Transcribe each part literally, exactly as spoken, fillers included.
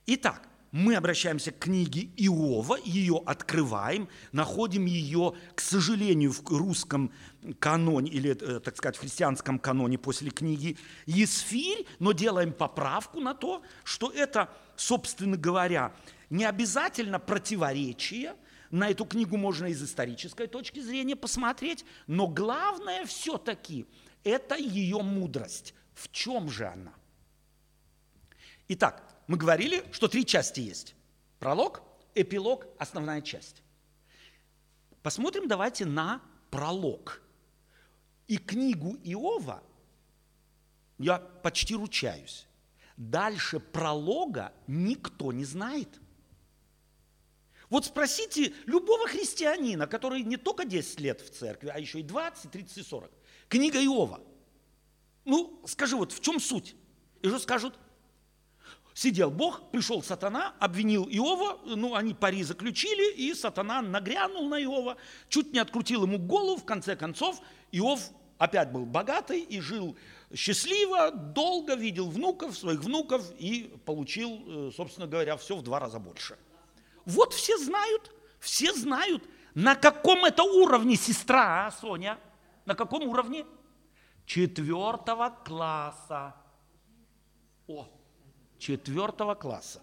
Итак, мы обращаемся к книге Иова, ее открываем, находим ее, к сожалению, в русском каноне, или, так сказать, в христианском каноне после книги Есфирь, но делаем поправку на то, что это, собственно говоря, не обязательно противоречие. На эту книгу можно из исторической точки зрения посмотреть, но главное все-таки это ее мудрость. В чем же она? Итак, мы говорили, что три части есть. Пролог, эпилог, основная часть. Посмотрим давайте на пролог. И книгу Иова, я почти ручаюсь, дальше пролога никто не знает. Вот спросите любого христианина, который не только десять лет в церкви, а еще и двадцать, тридцать и сорок. Книга Иова. Ну, скажи, вот в чем суть? И что скажут? Сидел Бог, пришел сатана, обвинил Иова, ну, они пари заключили, и сатана нагрянул на Иова, чуть не открутил ему голову, в конце концов, Иов опять был богатый и жил счастливо, долго, видел внуков, своих внуков и получил, собственно говоря, все в два раза больше. Вот все знают, все знают, на каком это уровне сестра, а, Соня? На каком уровне? Четвертого класса. О! Четвертого класса.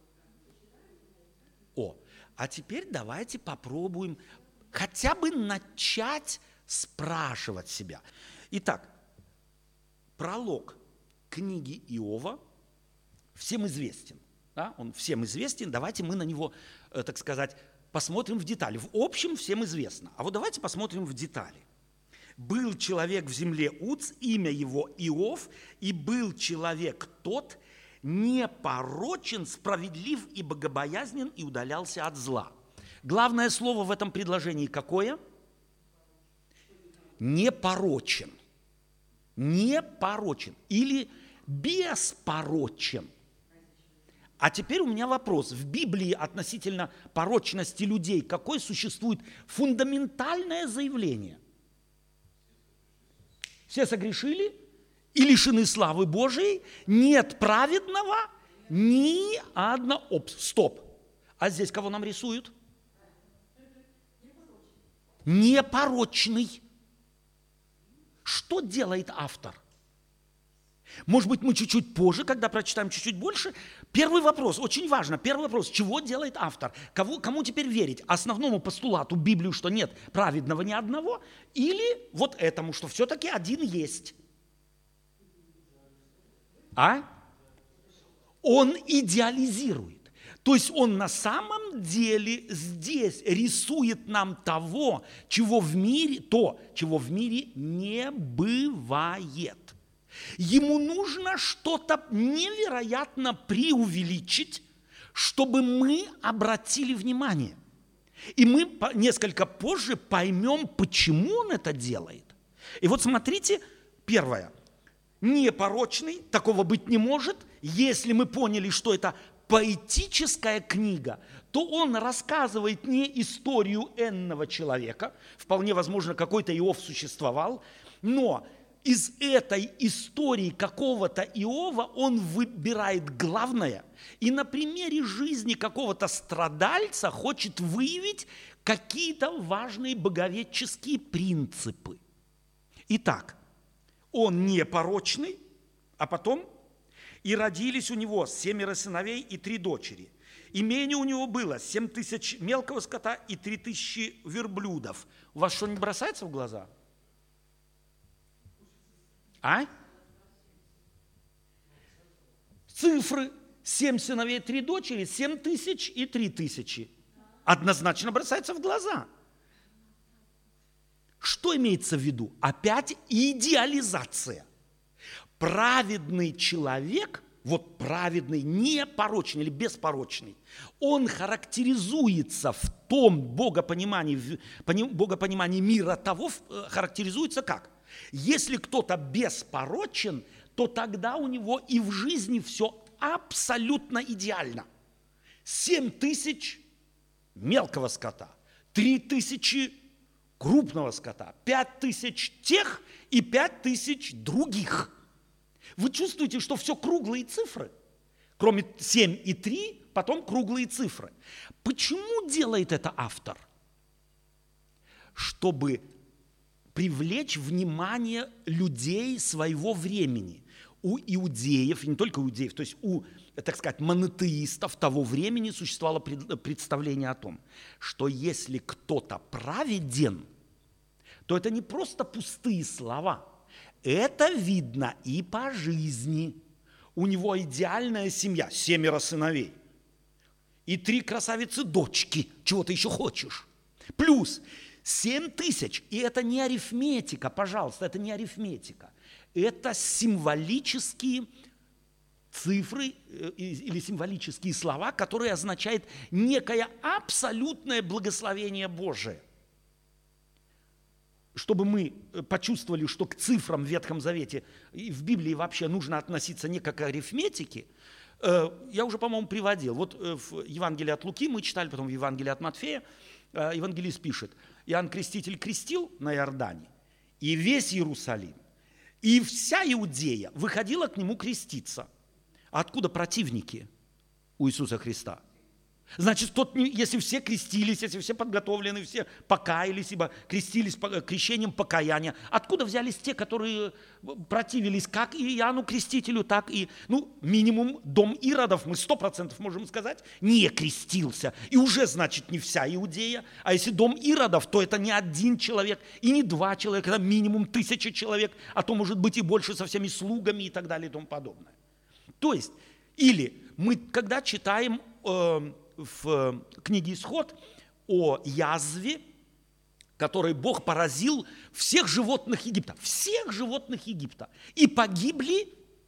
О, а теперь давайте попробуем хотя бы начать спрашивать себя. Итак, пролог книги Иова всем известен. Да? Он всем известен. Давайте мы на него, так сказать, посмотрим в детали. В общем, всем известно. А вот давайте посмотрим в детали. «Был человек в земле Уц, имя его Иов, и был человек тот, непорочен, справедлив и богобоязнен, и удалялся от зла». Главное слово в этом предложении какое? Непорочен. Непорочен. Или беспорочен. А теперь у меня вопрос. В Библии относительно порочности людей какое существует фундаментальное заявление? Все согрешили и лишены славы Божией, нет праведного ни одного. Оп, стоп. А здесь кого нам рисуют? Непорочный. Что делает автор? Может быть, мы чуть-чуть позже, когда прочитаем чуть-чуть больше. Первый вопрос, очень важно, первый вопрос, чего делает автор? Кого, кому теперь верить? Основному постулату Библию, что нет праведного ни одного, или вот этому, что все-таки один есть? А? Он идеализирует. То есть он на самом деле здесь рисует нам того, чего в мире, то, чего в мире не бывает. Ему нужно что-то невероятно преувеличить, чтобы мы обратили внимание. И мы несколько позже поймем, почему он это делает. И вот смотрите, первое. Непорочный, такого быть не может. Если мы поняли, что это поэтическая книга, то он рассказывает не историю энного человека, вполне возможно, какой-то Иов существовал, но из этой истории какого-то Иова он выбирает главное и на примере жизни какого-то страдальца хочет выявить какие-то важные боговедческие принципы. Итак, он непорочный, а потом и родились у него семеро сыновей и три дочери. Имение у него было семь тысяч мелкого скота и три тысячи верблюдов. У вас что-нибудь бросается в глаза? А? Цифры. Семь сыновей, три дочери, семь тысяч и три тысячи. Однозначно бросается в глаза. Что имеется в виду? Опять идеализация. Праведный человек, вот праведный, непорочный или беспорочный, он характеризуется в том богопонимании, богопонимании мира того, характеризуется как? Если кто-то беспорочен, то тогда у него и в жизни все абсолютно идеально. Семь тысяч мелкого скота, три тысячи крупного скота, пять тысяч тех и пять тысяч других. Вы чувствуете, что все круглые цифры? Кроме семь и три, потом круглые цифры. Почему делает это автор? Чтобы привлечь внимание людей своего времени. У иудеев, не только у иудеев, то есть у, так сказать, монотеистов того времени существовало представление о том, что если кто-то праведен, то это не просто пустые слова. Это видно и по жизни. У него идеальная семья, семеро сыновей. И три красавицы-дочки. Чего ты еще хочешь? Плюс семь тысяч. И это не арифметика, пожалуйста, это не арифметика. Это символические цифры или символические слова, которые означают некое абсолютное благословение Божие. Чтобы мы почувствовали, что к цифрам в Ветхом Завете и в Библии вообще нужно относиться не как к арифметике, я уже, по-моему, приводил. Вот в Евангелии от Луки мы читали, потом в Евангелии от Матфея, евангелист пишет: Иоанн Креститель крестил на Иордане, и весь Иерусалим, и вся Иудея выходила к нему креститься. А откуда противники у Иисуса Христа? Значит, тот, если все крестились, если все подготовлены, все покаялись, ибо крестились крещением покаяния, откуда взялись те, которые противились как и Иоанну Крестителю, так и, ну, минимум дом Иродов, мы сто процентов можем сказать, не крестился. И уже, значит, не вся Иудея, а если дом Иродов, то это не один человек и не два человека, это минимум тысяча человек, а то, может быть, и больше со всеми слугами и так далее и тому подобное. То есть, или мы, когда читаем э, в книге «Исход» о язве, которой Бог поразил всех животных Египта. Всех животных Египта. И погибли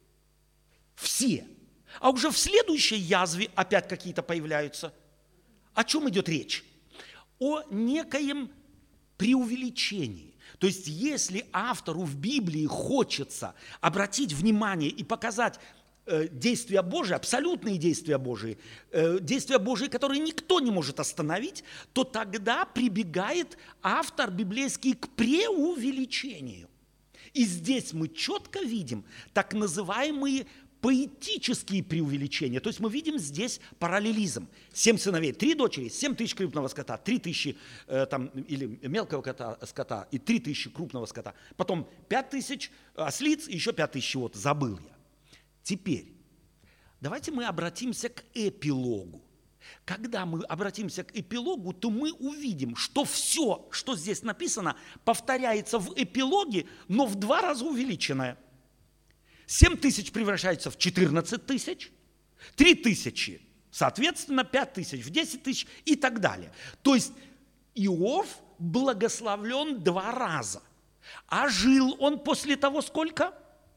все. А уже в следующей язве опять какие-то появляются. О чем идет речь? О некоем преувеличении. То есть, если автору в Библии хочется обратить внимание и показать действия Божии, абсолютные действия Божии, действия Божии, которые никто не может остановить, то тогда прибегает автор библейский к преувеличению. И здесь мы четко видим так называемые поэтические преувеличения. То есть мы видим здесь параллелизм. Семь сыновей, три дочери, семь тысяч крупного скота, три тысячи э, там, или мелкого кота, скота и три тысячи крупного скота. Потом пять тысяч ослиц и еще пять тысяч вот, забыл я. Теперь давайте мы обратимся к эпилогу. Когда мы обратимся к эпилогу, то мы увидим, что все, что здесь написано, повторяется в эпилоге, но в два раза увеличенное. семь тысяч превращается в четырнадцать тысяч, три тысячи, соответственно, пять тысяч, в десять тысяч и так далее. То есть Иов благословлен два раза. А жил он после того сколько?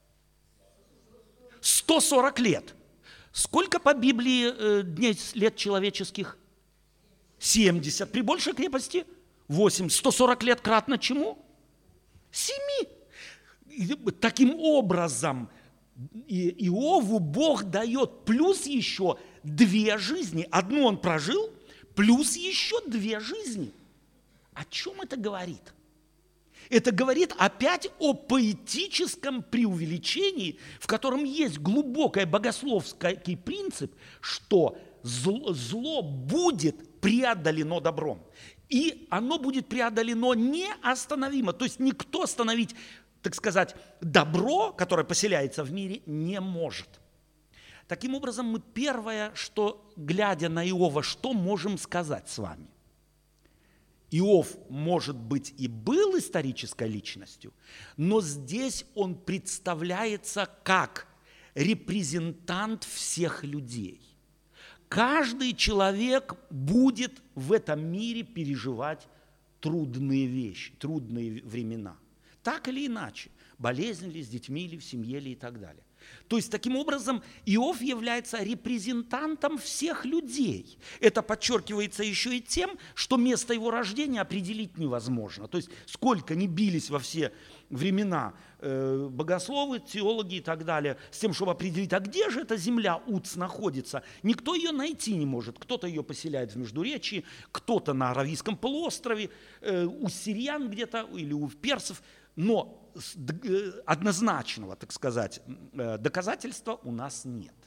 сто сорок лет. Сколько по Библии э, дней лет человеческих? семьдесят. При большей крепости? восемь. сто сорок лет кратно чему? семи. Таким образом, Иову Бог дает плюс еще две жизни. Одну он прожил, плюс еще две жизни. О чем это говорит? Это говорит опять о поэтическом преувеличении, в котором есть глубокий богословский принцип, что зло, зло будет преодолено добром. И оно будет преодолено неостановимо. То есть никто остановить, так сказать, добро, которое поселяется в мире, не может. Таким образом, мы первое, что, глядя на Иова, что можем сказать с вами? Иов, может быть, и был исторической личностью, но здесь он представляется как репрезентант всех людей. Каждый человек будет в этом мире переживать трудные вещи, трудные времена. Так или иначе, болезнь ли, с детьми ли, в семье ли и так далее. То есть, таким образом, Иов является репрезентантом всех людей. Это подчеркивается еще и тем, что место его рождения определить невозможно. То есть, сколько ни бились во все времена э, богословы, теологи и так далее, с тем, чтобы определить, а где же эта земля Уц находится, никто ее найти не может. Кто-то ее поселяет в Междуречии, кто-то на Аравийском полуострове, э, у сириян где-то или у персов, но однозначного, так сказать, доказательства у нас нет.